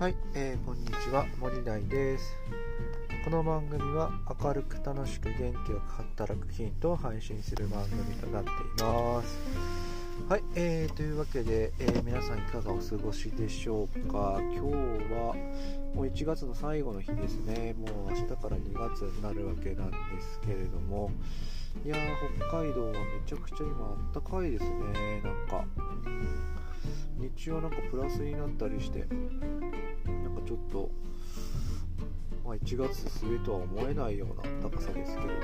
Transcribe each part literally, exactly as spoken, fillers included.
はい、えー、こんにちは、森大です。この番組は明るく楽しく元気よく働くヒントを配信する番組となっています。はい、えー、というわけで、えー、皆さんいかがお過ごしでしょうか。今日はもういちがつの最後の日ですね。もう明日からにがつになるわけなんですけれども、いやー、北海道はめちゃくちゃ今あったかいですね。なんか日中はなんかプラスになったりして、なんかちょっと、まあ、いちがつ末とは思えないような暖かさですけれども、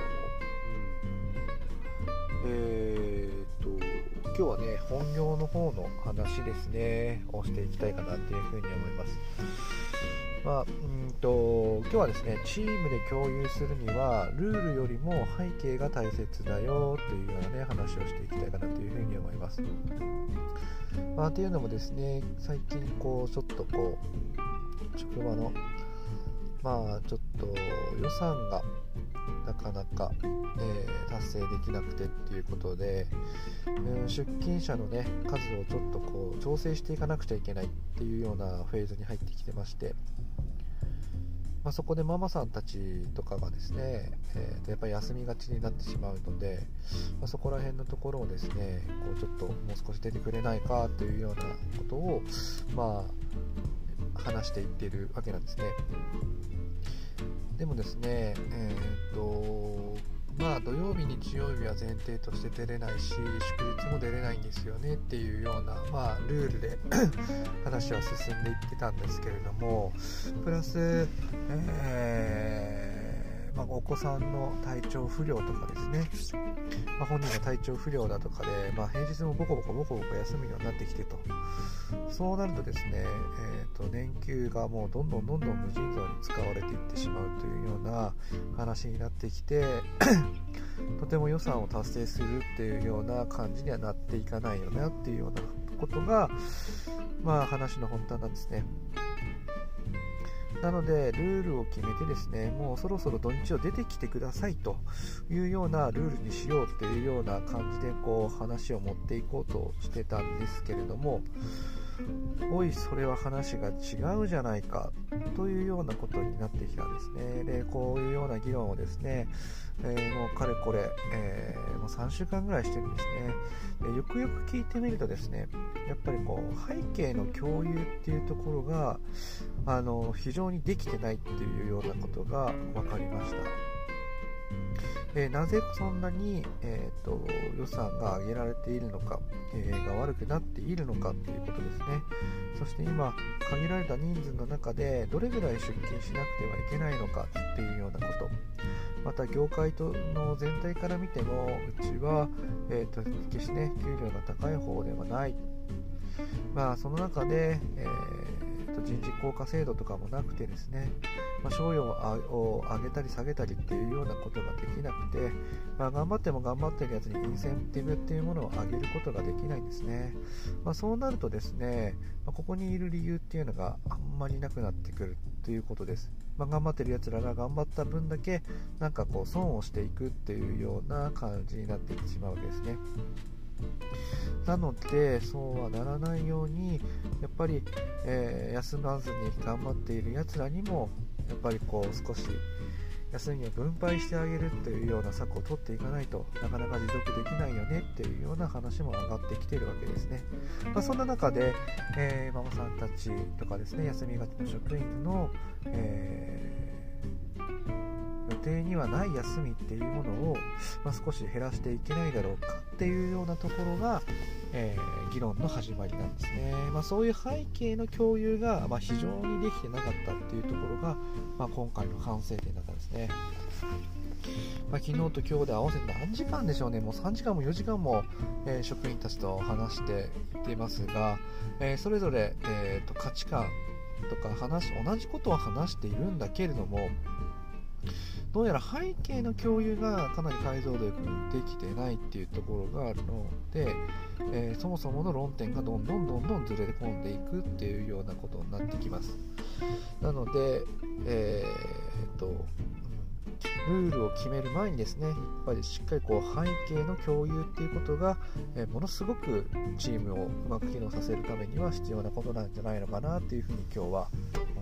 うん、えーと今日はね、本業の方の話ですねをしていきたいかなっていうふうに思います。まあ、うんと今日はですね、チームで共有するにはルールよりも背景が大切だよというようなね話をしていきたいかなというふうに思います。まあ、というのもですね、最近こうちょっとこう職場のまあちょっと予算がなかなか、えー、達成できなくてっていうことで、うん、出勤者のね数をちょっとこう調整していかなくちゃいけないっていうようなフェーズに入ってきてまして、まあ、そこでママさんたちとかがですね、えー、とやっぱり休みがちになってしまうので、まあ、そこら辺のところをですねこうちょっともう少し出てくれないかというようなことをまあ話していっているわけなんですね。でもですね、えーとまあ、土曜日日曜日は前提として出れないし、祝日も出れないんですよねっていうような、まあ、ルールで話は進んでいってたんですけれども、プラス、えーまあ、お子さんの体調不良とかですね、まあ、本人の体調不良だとかで、まあ、平日もボコボコボコボコ休むようになってきてと、そうなるとですね、えーと年休がもうどんどんどんどん無尽蔵に使われていってしまうというような話になってきてとても予算を達成するっていうような感じにはなっていかないよなっていうようなことが、まあ、話の本端なんですね。なのでルールを決めてですね、もうそろそろ土日を出てきてくださいというようなルールにしようっていうような感じでこう話を持っていこうとしてたんですけれども、おいそれは話が違うじゃないかというようなことになってきたんですね。でこういうような議論をですね、えー、もうかれこれ、えー、もうさんしゅうかんぐらいしてるんですね。でよくよく聞いてみるとですね、やっぱりこう背景の共有っていうところがあの非常にできてないっていうようなことが分かりました。えー、なぜそんなに、えーと、予算が上げられているのか、経営が悪くなっているのかということですね。そして今限られた人数の中でどれぐらい出勤しなくてはいけないのかっていうようなこと、また業界との全体から見てもうちは、えーと、決してね給料が高い方ではない、まあその中で、えー人事効果制度とかもなくてですね、まあ、賞与を上げたり下げたりっていうようなことができなくて、まあ、頑張っても頑張ってるやつにインセンティブっていうものを上げることができないんですね。まあ、そうなるとですね、まあ、ここにいる理由っていうのがあんまりなくなってくるということです。まあ、頑張ってるやつらが頑張った分だけなんかこう損をしていくっていうような感じになっていってしまうわけですね。なのでそうはならないようにやっぱり、えー、休まずに頑張っているやつらにもやっぱりこう少し休みを分配してあげるというような策を取っていかないとなかなか持続できないよねっていうような話も上がってきているわけですね。まあ、そんな中で、えー、ママさんたちとかですね、休みがちの職員の、えー予定にはない休みっていうものを、まあ、少し減らしていけないだろうかっていうようなところが、えー、議論の始まりなんですね。まあ、そういう背景の共有が、まあ、非常にできてなかったっていうところが、まあ、今回の反省点だったんですね。まあ、昨日と今日で合わせて何時間でしょうね、もうさんじかんもよじかんも、えー、職員たちと話していっていますが、えー、それぞれ、えーと、価値観とか話同じことを話しているんだけれども、どうやら背景の共有がかなり解像度よくできてないっていうところがあるので、えー、そもそもの論点がどんどんどんどんずれ込んでいくっていうようなことになってきます。なので、えー、っとルールを決める前にですね、やっぱりしっかりこう背景の共有っていうことが、えー、ものすごくチームをうまく機能させるためには必要なことなんじゃないのかなっていうふうに今日は思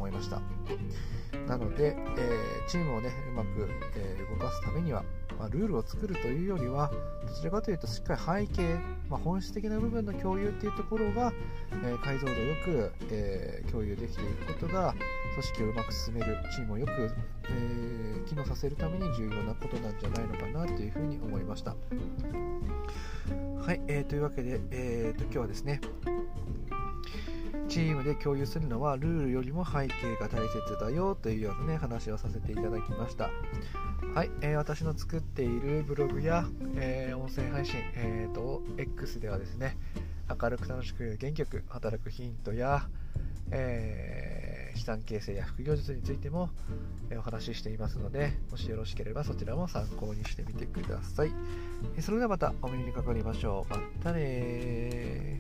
思いました。なので、えー、チームをねうまく、えー、動かすためには、まあ、ルールを作るというよりはどちらかというとしっかり背景、まあ、本質的な部分の共有っていうところが、えー、解像度よく、えー、共有できていくことが組織をうまく進める、チームをよく、えー、機能させるために重要なことなんじゃないのかなというふうに思いました。はい、えー、というわけで、えー、と今日はですね、チームで共有するのはルールよりも背景が大切だよというような、ね、話をさせていただきました。はい、えー、私の作っているブログや、えー、音声配信、えーと、X ではですね、明るく楽しく元気よく働くヒントや、えー、資産形成や副業術についても、えー、お話ししていますので、もしよろしければそちらも参考にしてみてください。それではまたお耳にかかりましょう。またねー。